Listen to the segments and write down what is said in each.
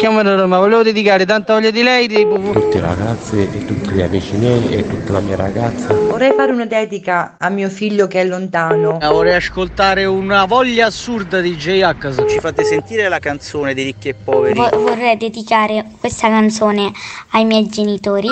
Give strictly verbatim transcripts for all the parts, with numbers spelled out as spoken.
chiamo da Roma, volevo dedicare tanta voglia di lei tutti i ragazzi e tutti gli amici miei e tutta la mia ragazza. Vorrei fare una dedica a mio figlio che è lontano. Vorrei ascoltare una voglia assurda di J-H. Ci fate sentire la canzone dei ricchi e poveri? Vo- vorrei dedicare questa canzone ai miei genitori.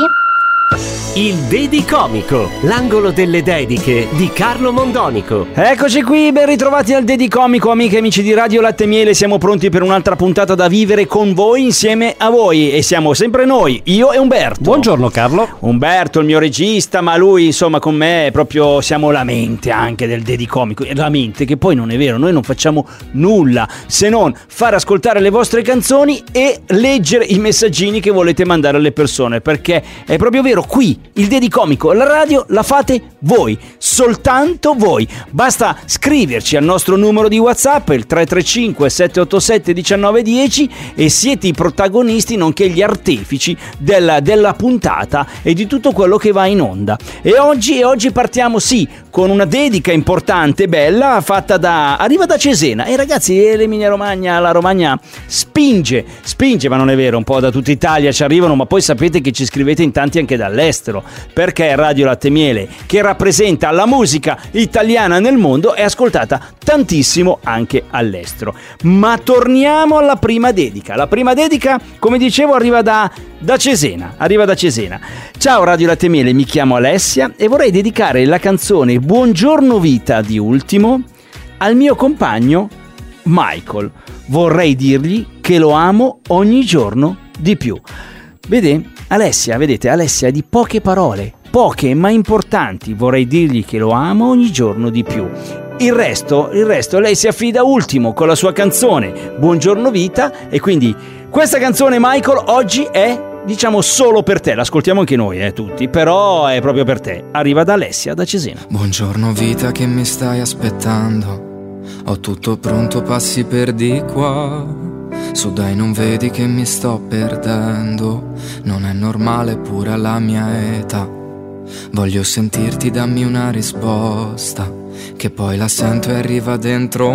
Il Dedicomico, l'angolo delle dediche di Carlo Mondonico. Eccoci qui, ben ritrovati al Dedicomico, amiche e amici di Radio Latte e Miele. Siamo pronti per un'altra puntata da vivere con voi, insieme a voi. E siamo sempre noi, io e Umberto. Buongiorno Carlo. Umberto, il mio regista, ma lui insomma con me è proprio, siamo la mente anche del Dedicomico. La mente, che poi non è vero, noi non facciamo nulla se non far ascoltare le vostre canzoni e leggere i messaggini che volete mandare alle persone, perché è proprio vero, qui il Dedicomico, la radio la fate voi, soltanto voi. Basta scriverci al nostro numero di WhatsApp, il tre tre cinque sette otto sette uno nove uno zero, e siete i protagonisti nonché gli artefici della, della puntata e di tutto quello che va in onda. E oggi, e oggi partiamo sì con una dedica importante, bella, fatta da, arriva da Cesena. E ragazzi, l'Emilia Romagna, la Romagna spinge, spinge, ma non è vero, un po' da tutta Italia ci arrivano, ma poi sapete che ci scrivete in tanti anche dall'estero, perché Radio Latte e Miele, che rappresenta la musica italiana nel mondo, è ascoltata tantissimo anche all'estero. Ma torniamo alla prima dedica. La prima dedica, come dicevo, arriva da, da Cesena. Arriva da Cesena. Ciao Radio Latte e Miele, mi chiamo Alessia e vorrei dedicare la canzone Buongiorno Vita di Ultimo al mio compagno Michael. Vorrei dirgli che lo amo ogni giorno di più. Vede, Alessia, vedete, Alessia è di poche parole, poche ma importanti. Vorrei dirgli che lo amo ogni giorno di più. Il resto, il resto lei si affida ultimo con la sua canzone Buongiorno Vita, e quindi questa canzone, Michael, oggi è, diciamo, solo per te. L'ascoltiamo anche noi, eh, tutti, però è proprio per te. Arriva da Alessia, da Cesena. Buongiorno vita che mi stai aspettando, ho tutto pronto, passi per di qua. Su dai, non vedi che mi sto perdendo, non è normale pure alla mia età. Voglio sentirti, dammi una risposta, che poi la sento e arriva dentro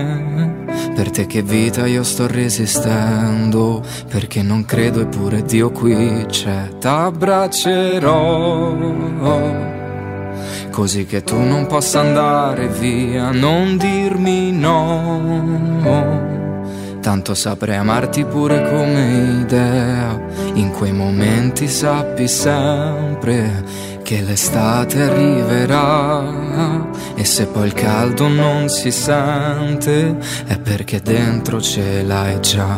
me. Per te che vita io sto resistendo, perché non credo eppure Dio qui c'è. T'abbraccerò così che tu non possa andare via, non dirmi no. Tanto saprei amarti pure come idea. In quei momenti sappi sempre che l'estate arriverà, e se poi il caldo non si sente è perché dentro ce l'hai già.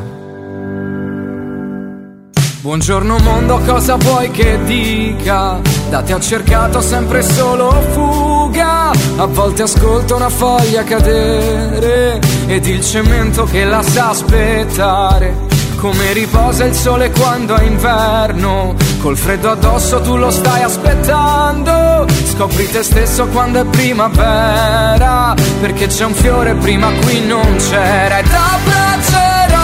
Buongiorno mondo, cosa vuoi che dica? Da te ho cercato sempre solo fuga. A volte ascolto una foglia cadere ed il cemento che la sa aspettare. Come riposa il sole quando è inverno, col freddo addosso tu lo stai aspettando. Scopri te stesso quando è primavera, perché c'è un fiore prima qui non c'era. E t'abbraccerò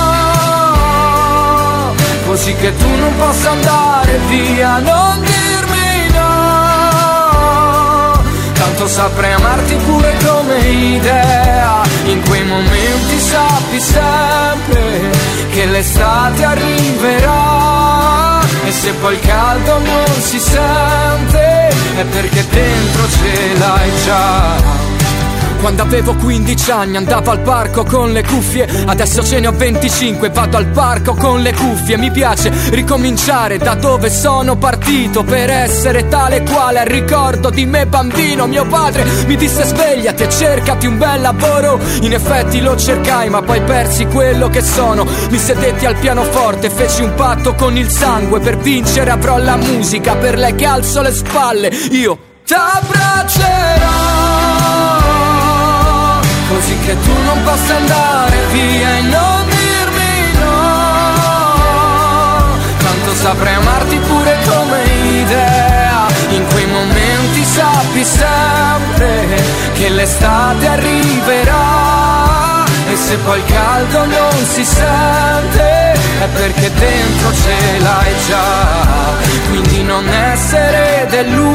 così che tu non possa andare via, non dirmi no. Tanto saprei amarti pure come idea. In quei momenti sappi sempre che l'estate arriverà, e se poi il caldo non si sente è perché dentro ce l'hai già. Quando avevo quindici anni andavo al parco con le cuffie, adesso ce ne ho venticinque, vado al parco con le cuffie. Mi piace ricominciare da dove sono partito, per essere tale quale al ricordo di me bambino. Mio padre mi disse svegliati e cercati un bel lavoro. In effetti lo cercai ma poi persi quello che sono. Mi sedetti al pianoforte e feci un patto con il sangue, per vincere avrò la musica, per lei che alzo le spalle io t'abbraccerò così che tu non possa andare via e non dirmi no. Tanto saprei amarti pure come idea. In quei momenti sappi sempre che l'estate arriverà, e se poi il caldo non si sente è perché dentro ce l'hai già. Quindi di non essere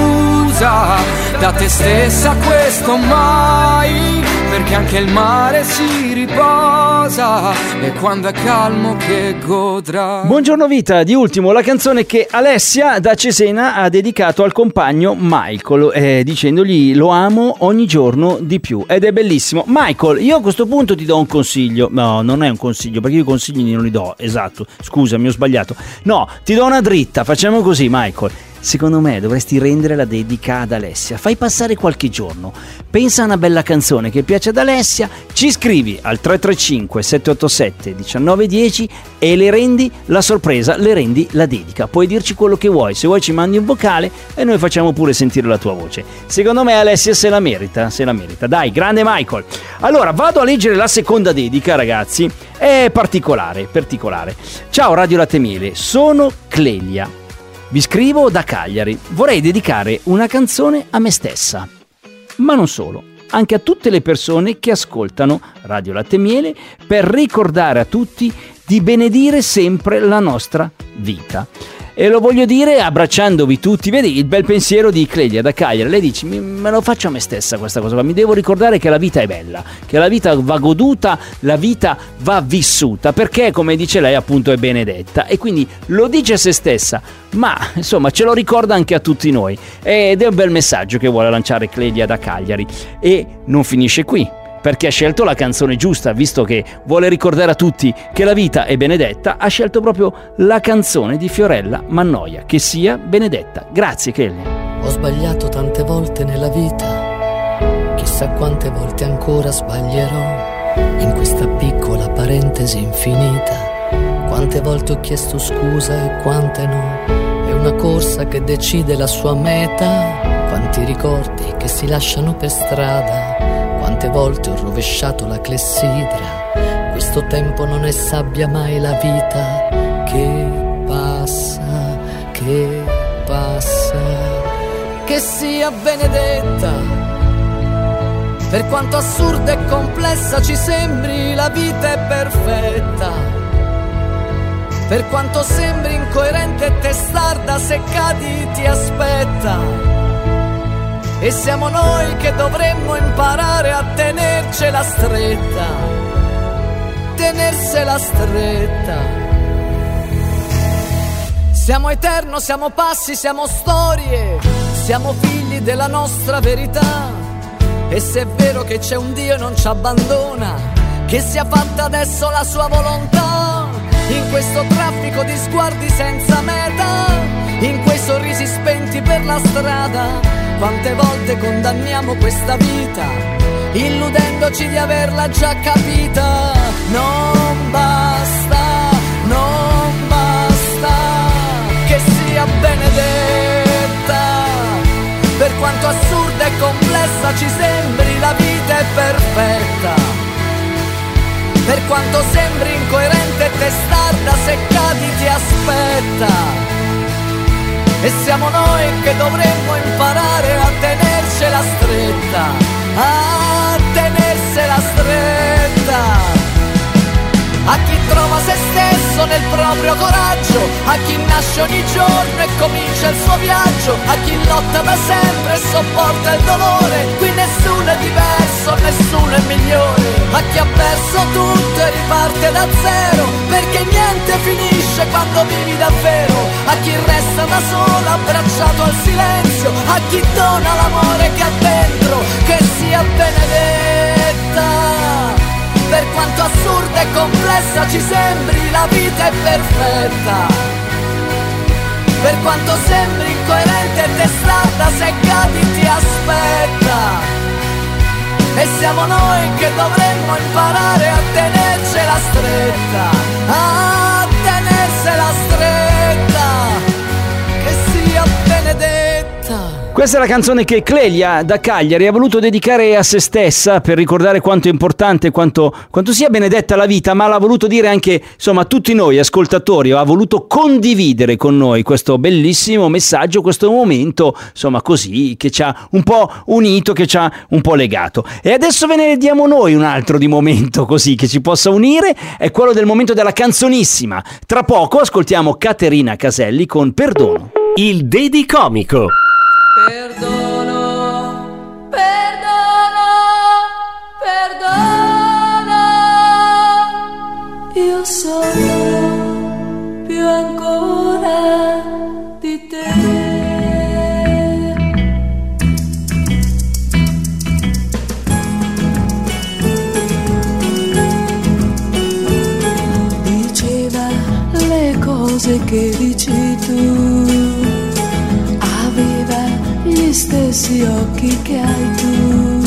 delusa da te stessa, questo mai, perché anche il mare si riposa e quando è calmo che godrà. Buongiorno vita, di ultimo la canzone che Alessia da Cesena ha dedicato al compagno Michael, eh, dicendogli lo amo ogni giorno di più, ed è bellissimo. Michael, io a questo punto ti do un consiglio. No, non è un consiglio, perché io i consigli non li do, esatto, scusami, ho sbagliato. No, ti do una dritta, facciamo così Michael. Secondo me dovresti rendere la dedica ad Alessia. Fai passare qualche giorno, pensa a una bella canzone che piace ad Alessia, ci scrivi al tre tre cinque sette otto sette uno nove uno zero e le rendi la sorpresa, le rendi la dedica. Puoi dirci quello che vuoi, se vuoi ci mandi un vocale e noi facciamo pure sentire la tua voce. Secondo me Alessia se la merita, se la merita. Dai, grande Michael. Allora, vado a leggere la seconda dedica, ragazzi. È particolare, particolare. Ciao Radio Latte Miele, sono Clelia. Vi scrivo da Cagliari, vorrei dedicare una canzone a me stessa, ma non solo, anche a tutte le persone che ascoltano Radio Latte Miele per ricordare a tutti di benedire sempre la nostra vita. E lo voglio dire abbracciandovi tutti. Vedi il bel pensiero di Clelia da Cagliari. Lei dice: me lo faccio a me stessa questa cosa qua. Mi devo ricordare che la vita è bella, che la vita va goduta, la vita va vissuta, perché come dice lei appunto è benedetta. E quindi lo dice a se stessa, ma insomma ce lo ricorda anche a tutti noi. Ed è un bel messaggio che vuole lanciare Clelia da Cagliari. E non finisce qui, perché ha scelto la canzone giusta, visto che vuole ricordare a tutti che la vita è benedetta. Ha scelto proprio la canzone di Fiorella Mannoia, Che sia benedetta. Grazie Kelly. Ho sbagliato tante volte nella vita, chissà quante volte ancora sbaglierò in questa piccola parentesi infinita. Quante volte ho chiesto scusa e quante no, è una corsa che decide la sua meta. Quanti ricordi che si lasciano per strada, quante volte ho rovesciato la clessidra. Questo tempo non è sabbia mai la vita che passa, che passa. Che sia benedetta, per quanto assurda e complessa ci sembri, la vita è perfetta. Per quanto sembri incoerente e testarda, se cadi ti aspetta. E siamo noi che dovremmo imparare a tenercela stretta, tenersela stretta. Siamo eterno, siamo passi, siamo storie, siamo figli della nostra verità. E se è vero che c'è un Dio e non ci abbandona, che sia fatta adesso la sua volontà. In questo traffico di sguardi senza meta, in quei sorrisi spenti per la strada, quante volte condanniamo questa vita, illudendoci di averla già capita. Non basta, non basta, che sia benedetta. Per quanto assurda e complessa ci sembri, la vita è perfetta. Per quanto sembri incoerente e testarda, se cadi ti aspetta. E siamo noi che dovremmo imparare a tenercela stretta, a tenersela stretta. A chi trova se stesso nel proprio coraggio, a chi nasce ogni giorno e comincia il suo viaggio, a chi lotta da sempre e sopporta il dolore. Qui nessuno è diverso, nessuno è migliore. A chi ha perso tutto e riparte da zero, perché niente finisce quando vivi davvero. A chi resta da solo abbracciato al silenzio, a chi dona l'amore che ha dentro, che sia benedetta. Per quanto assurda e complessa ci sembri, la vita è perfetta. Per quanto sembri incoerente e testarda, se cadi ti aspetta. E siamo noi che dovremmo imparare a tenercela stretta, a tenersela stretta, che sia benedetta. Questa è la canzone che Clelia da Cagliari ha voluto dedicare a se stessa, per ricordare quanto è importante, quanto, quanto sia benedetta la vita, ma l'ha voluto dire anche, insomma, a tutti noi ascoltatori. Ha voluto condividere con noi questo bellissimo messaggio, questo momento, insomma, così, che ci ha un po' unito, che ci ha un po' legato. E adesso ve ne diamo noi un altro di momento così che ci possa unire, è quello del momento della canzonissima. Tra poco ascoltiamo Caterina Caselli con Perdono. Il Dedicomico. Perdono, perdono, perdono. Io sono più ancora di te. Cose che dici tu, aveva gli stessi occhi che hai tu.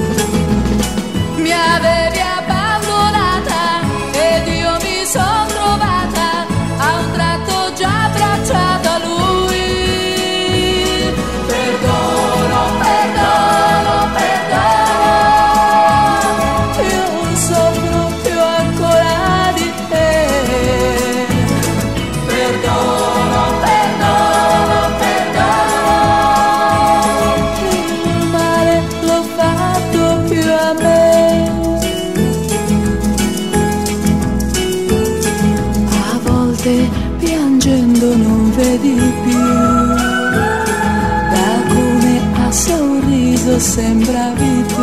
Mi avevi abbandonata ed io mi son trovata a un tratto già abbracciata a lui. Perdono, perdono, perdono, io non soffro più ancora di te. Perdono, perdono, perdono, il male l'ho fatto più a me. A volte piangendo non vedi più, da come a sorriso sembravi tu.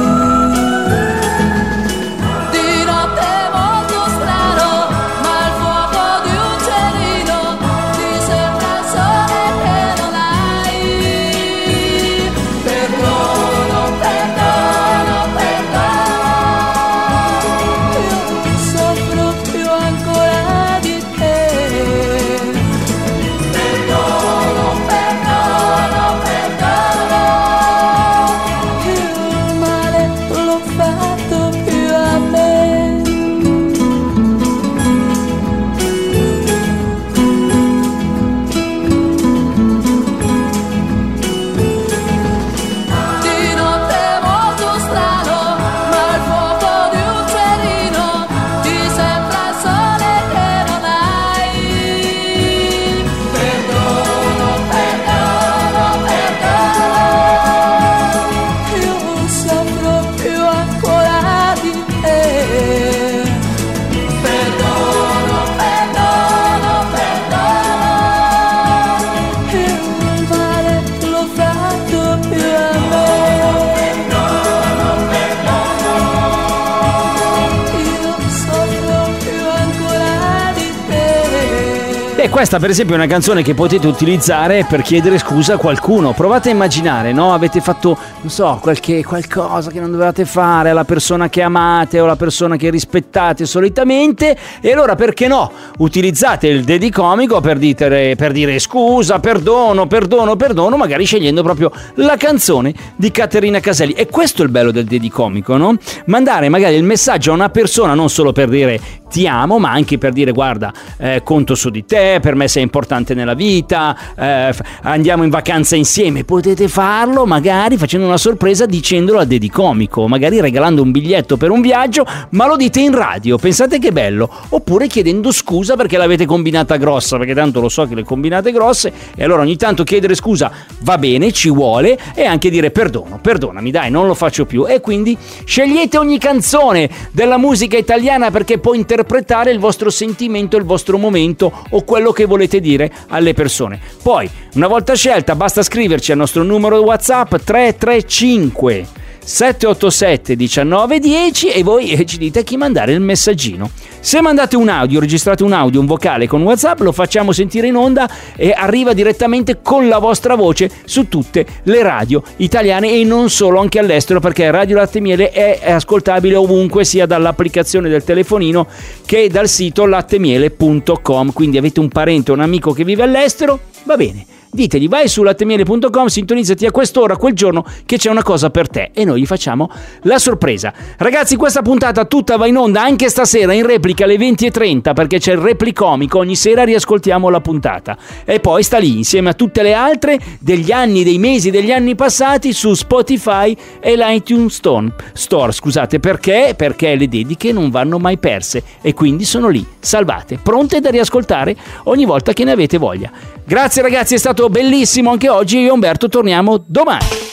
Questa per esempio è una canzone che potete utilizzare per chiedere scusa a qualcuno. Provate a immaginare, no? Avete fatto, non so, qualche qualcosa che non dovevate fare alla persona che amate o alla persona che rispettate solitamente, e allora perché no? Utilizzate il Dedicomico per dire, per dire scusa, perdono, perdono, perdono, magari scegliendo proprio la canzone di Caterina Caselli. E questo è il bello del Dedicomico, no? Mandare magari il messaggio a una persona non solo per dire ti amo, ma anche per dire guarda, eh, conto su di te, per me sei importante nella vita, eh, andiamo in vacanza insieme. Potete farlo magari facendo una sorpresa dicendolo al Dedicomico, magari regalando un biglietto per un viaggio, ma lo dite in radio, pensate che bello. Oppure chiedendo scusa perché l'avete combinata grossa, perché tanto lo so che le combinate grosse, e allora ogni tanto chiedere scusa va bene, ci vuole, e anche dire perdono, perdonami dai, non lo faccio più. E quindi scegliete ogni canzone della musica italiana perché può interpretare il vostro sentimento, il vostro momento o quello che volete dire alle persone. Poi, una volta scelta, basta scriverci al nostro numero WhatsApp tre tre cinque sette otto sette uno nove uno zero e voi ci dite a chi mandare il messaggino. Se mandate un audio, registrate un audio, un vocale con WhatsApp, lo facciamo sentire in onda e arriva direttamente con la vostra voce su tutte le radio italiane e non solo, anche all'estero, perché Radio Latte e Miele è ascoltabile ovunque, sia dall'applicazione del telefonino che dal sito lattemiele punto com. Quindi avete un parente o un amico che vive all'estero? Va bene, ditegli vai su lattemiele punto com, sintonizzati a quest'ora, quel giorno, che c'è una cosa per te e noi gli facciamo la sorpresa. Ragazzi, questa puntata tutta va in onda anche stasera in replica alle venti e trenta, perché c'è il Replicomico, ogni sera riascoltiamo la puntata e poi sta lì insieme a tutte le altre degli anni, dei mesi, degli anni passati su Spotify e l'iTunes Store, scusate, perché? Perché le dediche non vanno mai perse e quindi sono lì, salvate, pronte da riascoltare ogni volta che ne avete voglia. Grazie ragazzi, è stato bellissimo anche oggi. Io e Umberto torniamo domani.